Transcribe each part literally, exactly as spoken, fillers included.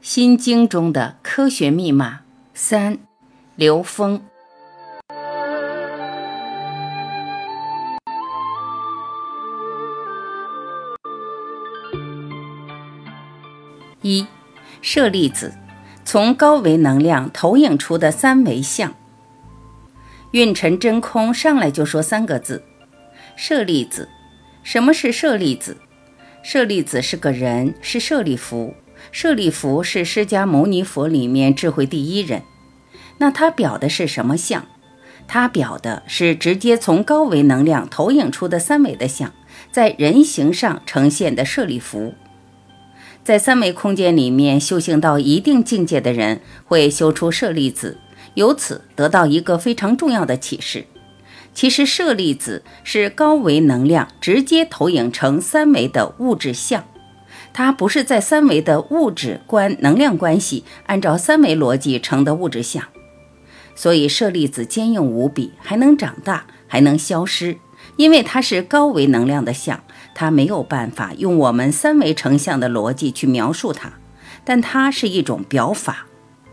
心经中的科学密码三，刘峰。一、舍利子，从高维能量投影出的三维相。运尘真空上来就说三个字，舍利子。什么是舍利子？舍利子是个人，是舍利弗。舍利弗是释迦牟尼佛里面智慧第一人。那他表的是什么相？他表的是直接从高维能量投影出的三维的相，在人形上呈现的舍利弗。在三维空间里面修行到一定境界的人会修出舍利子，由此得到一个非常重要的启示。其实舍利子是高维能量直接投影成三维的物质相，它不是在三维的物质观能量关系按照三维逻辑成的物质相。所以舍利子坚硬无比，还能长大，还能消失，因为它是高维能量的相，它没有办法用我们三维成像的逻辑去描述它，但它是一种表法。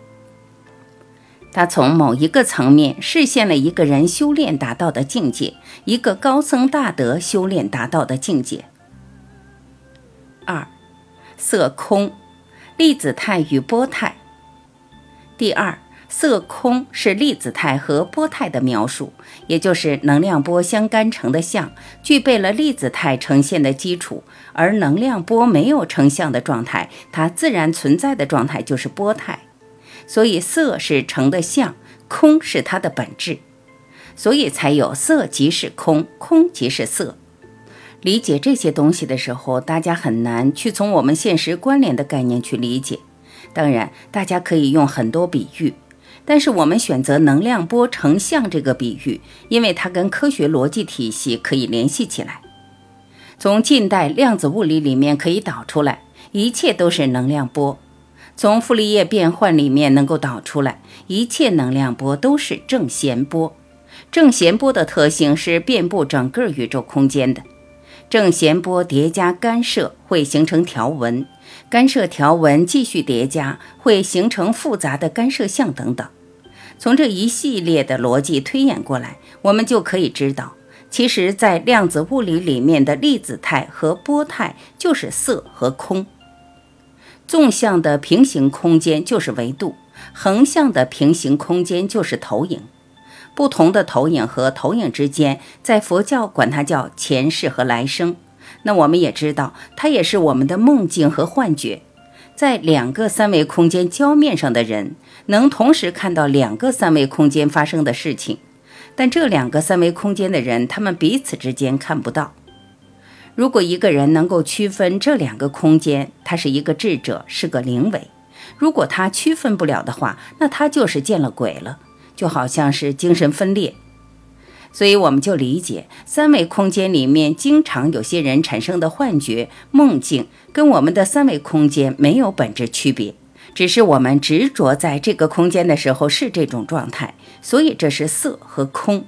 它从某一个层面实现了一个人修炼达到的境界，一个高僧大德修炼达到的境界。二、色空，粒子态与波态。第二，色空是粒子态和波态的描述，也就是能量波相干成的相具备了粒子态呈现的基础，而能量波没有成像的状态，它自然存在的状态就是波态。所以色是成的相，空是它的本质，所以才有色即是空，空即是色。理解这些东西的时候，大家很难去从我们现实关联的概念去理解。当然，大家可以用很多比喻，但是我们选择能量波成像这个比喻，因为它跟科学逻辑体系可以联系起来。从近代量子物理里面可以导出来，一切都是能量波。从傅立叶变换里面能够导出来，一切能量波都是正弦波。正弦波的特性是遍布整个宇宙空间的。正弦波叠加干涉会形成条纹，干涉条纹继续叠加会形成复杂的干涉相等等。从这一系列的逻辑推演过来，我们就可以知道，其实在量子物理里面的粒子态和波态就是色和空。纵向的平行空间就是维度，横向的平行空间就是投影。不同的投影和投影之间，在佛教管它叫前世和来生。那我们也知道，它也是我们的梦境和幻觉。在两个三维空间交面上的人，能同时看到两个三维空间发生的事情，但这两个三维空间的人，他们彼此之间看不到。如果一个人能够区分这两个空间，他是一个智者，是个灵维。如果他区分不了的话，那他就是见了鬼了，就好像是精神分裂。所以我们就理解，三维空间里面经常有些人产生的幻觉、梦境，跟我们的三维空间没有本质区别，只是我们执着在这个空间的时候是这种状态，所以这是色和空。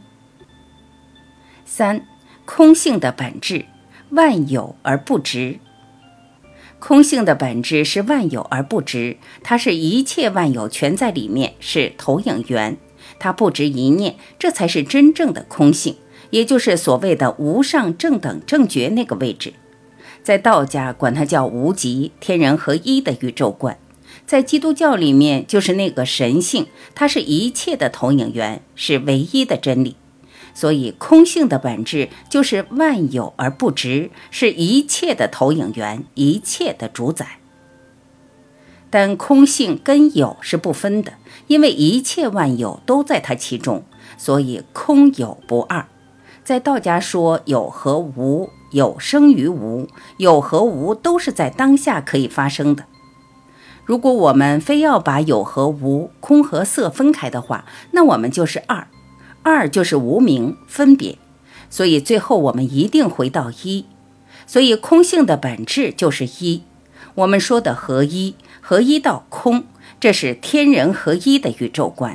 三、空性的本质，万有而不执。空性的本质是万有而不执，它是一切万有全在里面，是投影源，它不执一念，这才是真正的空性，也就是所谓的无上正等正觉那个位置。在道家管它叫无极，天人合一的宇宙观。在基督教里面就是那个神性，它是一切的投影源，是唯一的真理。所以空性的本质就是万有而不执，是一切的投影源，一切的主宰。但空性跟有是不分的，因为一切万有都在它其中，所以空有不二。在道家说有和无，有生于无，有和无都是在当下可以发生的。如果我们非要把有和无、空和色分开的话，那我们就是二。二就是无明分别，所以最后我们一定回到一。所以空性的本质就是一。我们说的合一，合一到空，这是天人合一的宇宙观。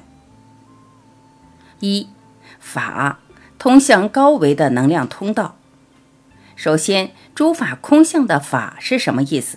一、法，通向高维的能量通道。首先，诸法空相的法是什么意思？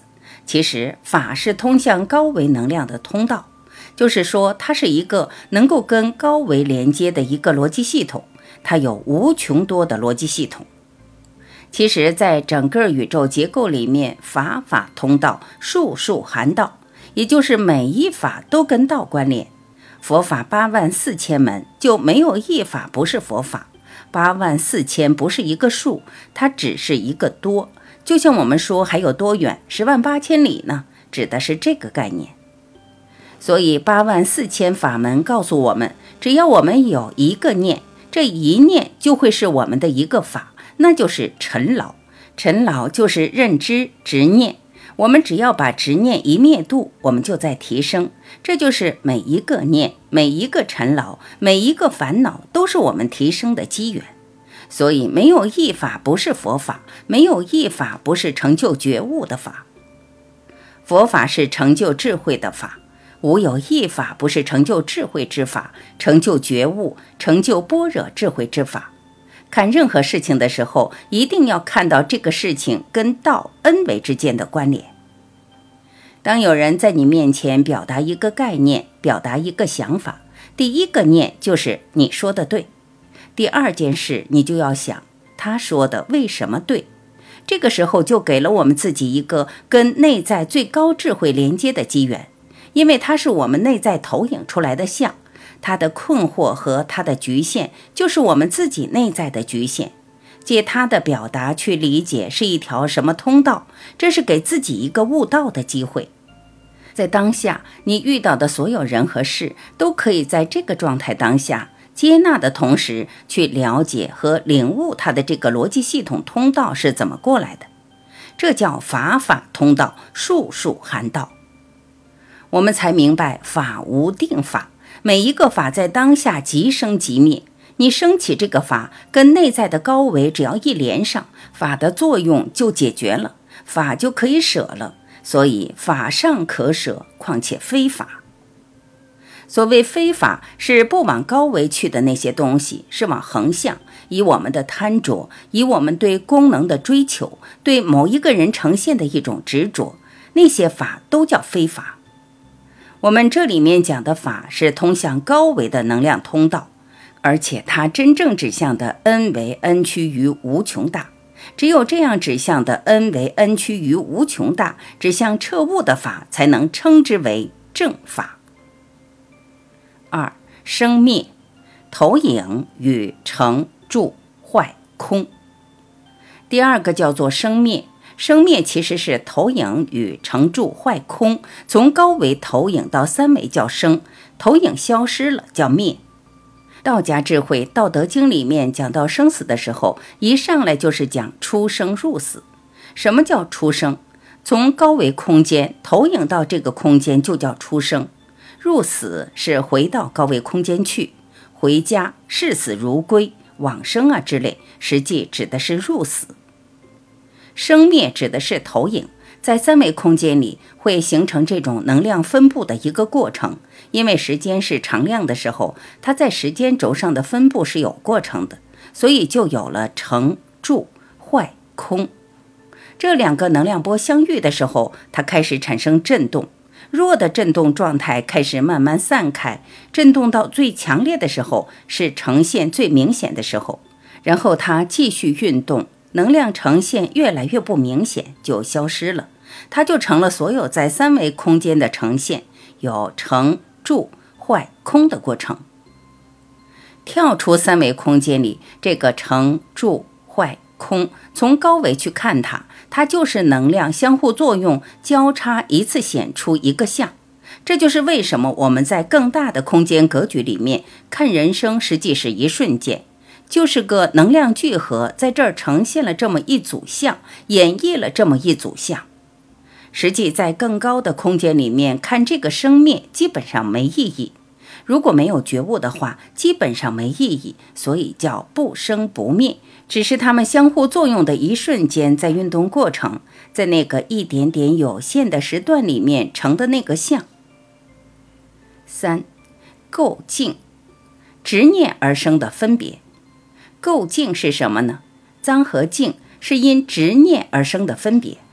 其实法是通向高维能量的通道，就是说它是一个能够跟高维连接的一个逻辑系统，它有无穷多的逻辑系统。其实在整个宇宙结构里面，法法通道，术术含道，也就是每一法都跟道关联。佛法八万四千门，就没有一法不是佛法。八万四千不是一个数，它只是一个多。就像我们说还有多远，十万八千里呢，指的是这个概念。所以八万四千法门告诉我们，只要我们有一个念，这一念就会是我们的一个法，那就是尘劳。尘劳就是认知执念，我们只要把执念一灭度，我们就在提升。这就是每一个念，每一个尘劳，每一个烦恼都是我们提升的机缘。所以没有一法不是佛法，没有一法不是成就觉悟的法。佛法是成就智慧的法，无有一法不是成就智慧之法，成就觉悟，成就般若智慧之法。看任何事情的时候，一定要看到这个事情跟道恩维之间的关联。当有人在你面前表达一个概念，表达一个想法，第一个念就是你说的对，第二件事你就要想他说的为什么对。这个时候就给了我们自己一个跟内在最高智慧连接的机缘，因为它是我们内在投影出来的像，它的困惑和它的局限就是我们自己内在的局限，借它的表达去理解是一条什么通道，这是给自己一个悟道的机会。在当下你遇到的所有人和事，都可以在这个状态当下接纳的同时，去了解和领悟它的这个逻辑系统通道是怎么过来的。这叫法法通道，术术含道。我们才明白法无定法，每一个法在当下即生即灭。你升起这个法，跟内在的高维只要一连上，法的作用就解决了，法就可以舍了。所以法上可舍，况且非法。所谓非法，是不往高维去的那些东西，是往横向，以我们的贪着，以我们对功能的追求，对某一个人呈现的一种执着，那些法都叫非法。我们这里面讲的法是通向高维的能量通道，而且它真正指向的 N 为 N 趋于无穷大。只有这样指向的 N 为 N 趋于无穷大，指向彻悟的法，才能称之为正法。二、生灭，投影与成住坏空。第二个叫做生灭，生灭其实是投影与成住坏空，从高维投影到三维叫生，投影消失了叫灭。道家智慧《道德经》里面讲到生死的时候，一上来就是讲出生入死。什么叫出生？从高维空间投影到这个空间就叫出生，入死是回到高维空间去，回家视死如归往生啊之类，实际指的是入死。生灭指的是投影，在三维空间里会形成这种能量分布的一个过程，因为时间是常量的时候，它在时间轴上的分布是有过程的，所以就有了成住坏空。这两个能量波相遇的时候，它开始产生震动，弱的震动状态开始慢慢散开，震动到最强烈的时候是呈现最明显的时候，然后它继续运动，能量呈现越来越不明显，就消失了，它就成了所有在三维空间的呈现，有成住坏空的过程。跳出三维空间里，这个成住坏空，从高维去看它，它就是能量相互作用交叉，一次显出一个相。这就是为什么我们在更大的空间格局里面看人生，实际是一瞬间，就是个能量聚合，在这儿呈现了这么一组像，演绎了这么一组像。实际在更高的空间里面看这个生灭，基本上没意义。如果没有觉悟的话，基本上没意义，所以叫不生不灭，只是它们相互作用的一瞬间，在运动过程，在那个一点点有限的时段里面成的那个像。三、构境，执念而生的分别。构境是什么呢？脏和净是因执念而生的分别。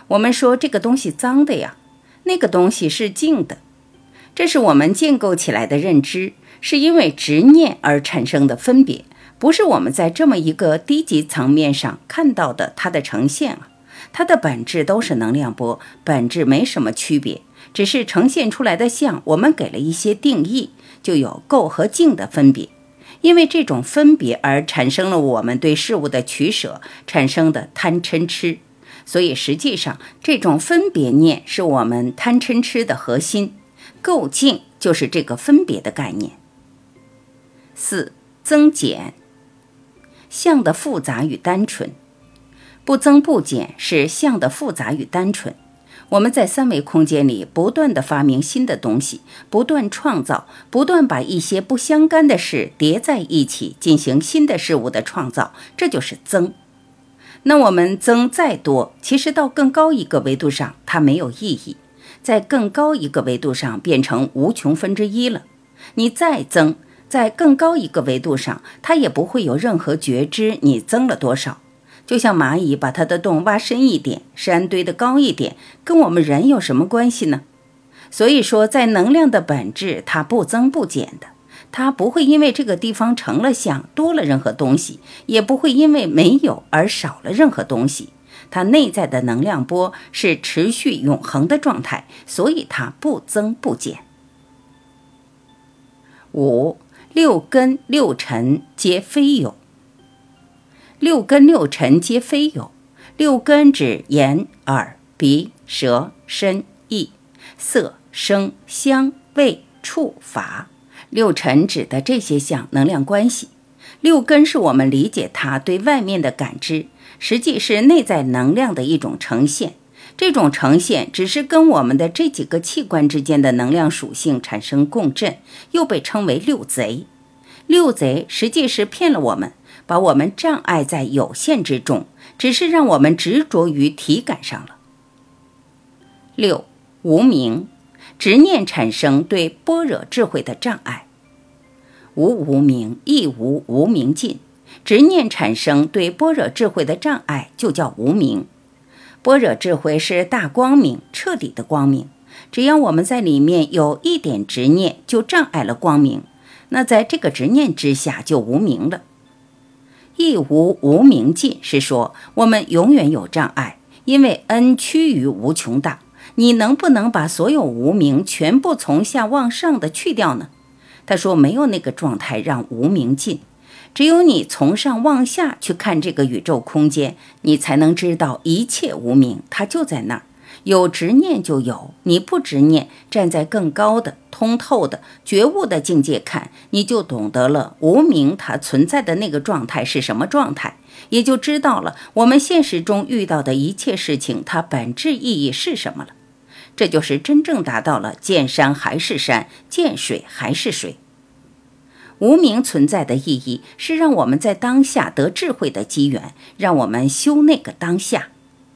我们说这个东西脏的呀，那个东西是净的，这是我们建构起来的认知，是因为执念而产生的分别，不是我们在这么一个低级层面上看到的它的呈现啊。它的本质都是能量波，本质没什么区别，只是呈现出来的像我们给了一些定义，就有垢和净的分别。因为这种分别而产生了我们对事物的取舍，产生的贪嗔痴。所以实际上这种分别念是我们贪嗔痴的核心，垢净就是这个分别的概念。四、增减。相的复杂与单纯。不增不减是相的复杂与单纯。我们在三维空间里不断地发明新的东西，不断创造，不断把一些不相干的事叠在一起，进行新的事物的创造，这就是增。那我们增再多，其实到更高一个维度上它没有意义，在更高一个维度上变成无穷分之一了。你再增，在更高一个维度上，它也不会有任何觉知你增了多少。就像蚂蚁把它的洞挖深一点，山堆得高一点，跟我们人有什么关系呢？所以说在能量的本质它不增不减的，它不会因为这个地方成了相多了任何东西，也不会因为没有而少了任何东西。它内在的能量波是持续永恒的状态，所以它不增不减。五、六根六尘皆非有。六根六尘皆非有。六根指眼、耳、鼻、舌、身、意、色、声、香、味、触、法。六尘指的这些项能量关系。六根是我们理解它对外面的感知，实际是内在能量的一种呈现。这种呈现只是跟我们的这几个器官之间的能量属性产生共振，又被称为六贼。六贼实际是骗了我们，把我们障碍在有限之中，只是让我们执着于体感上了。六、无明。执念产生对般若智慧的障碍。无无明，亦无无明尽。执念产生对般若智慧的障碍，就叫无明。般若智慧是大光明，彻底的光明。只要我们在里面有一点执念，就障碍了光明。那在这个执念之下，就无明了。亦无无明尽是说我们永远有障碍，因为 n 趋于无穷大。你能不能把所有无明全部从下往上的去掉呢？他说没有那个状态让无明尽，只有你从上往下去看这个宇宙空间，你才能知道一切无明，它就在那儿。有执念就有，你不执念，站在更高的通透的觉悟的境界看，你就懂得了无明它存在的那个状态是什么状态，也就知道了我们现实中遇到的一切事情它本质意义是什么了。这就是真正达到了见山还是山，见水还是水。无明存在的意义是让我们在当下得智慧的机缘，让我们修那个当下。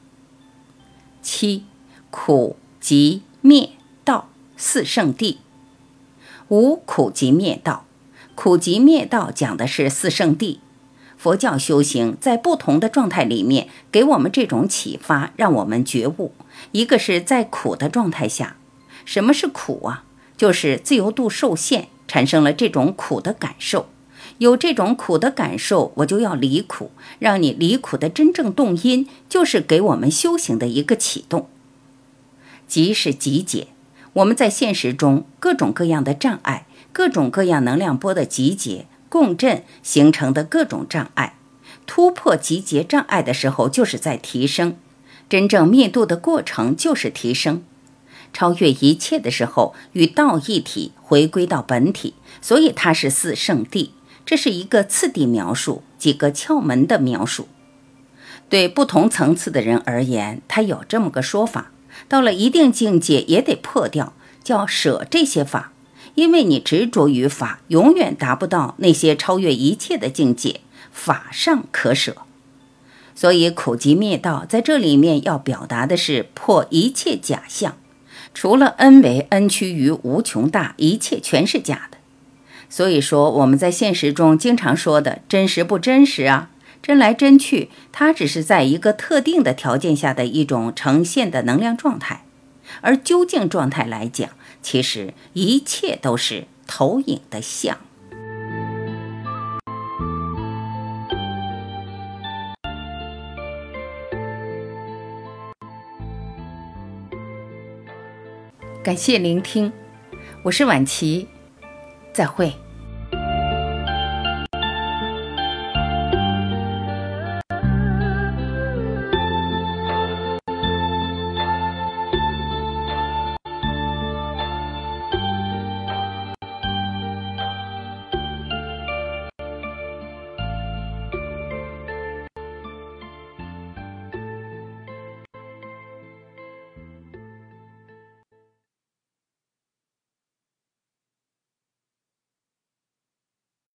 七、苦集灭道四圣谛。无苦集灭道，苦集灭道讲的是四圣谛。佛教修行在不同的状态里面给我们这种启发，让我们觉悟。一个是在苦的状态下，什么是苦啊？就是自由度受限，产生了这种苦的感受。有这种苦的感受，我就要离苦，让你离苦的真正动因，就是给我们修行的一个启动。集是集结，我们在现实中各种各样的障碍，各种各样能量波的集结共振形成的各种障碍，突破集结障碍的时候就是在提升，真正灭度的过程就是提升。超越一切的时候与道一体，回归到本体，所以它是四圣谛。这是一个次第描述，几个窍门的描述。对不同层次的人而言，他有这么个说法，到了一定境界也得破掉，叫舍这些法。因为你执着于法，永远达不到那些超越一切的境界，法上可舍。所以苦集灭道在这里面要表达的是破一切假象，除了 n 为 n 趋于无穷大，一切全是假的。所以说我们在现实中经常说的真实不真实啊， 真来真去，它只是在一个特定的条件下的一种呈现的能量状态。而究竟状态来讲，其实一切都是投影的像。感谢聆听，我是婉琪，再会。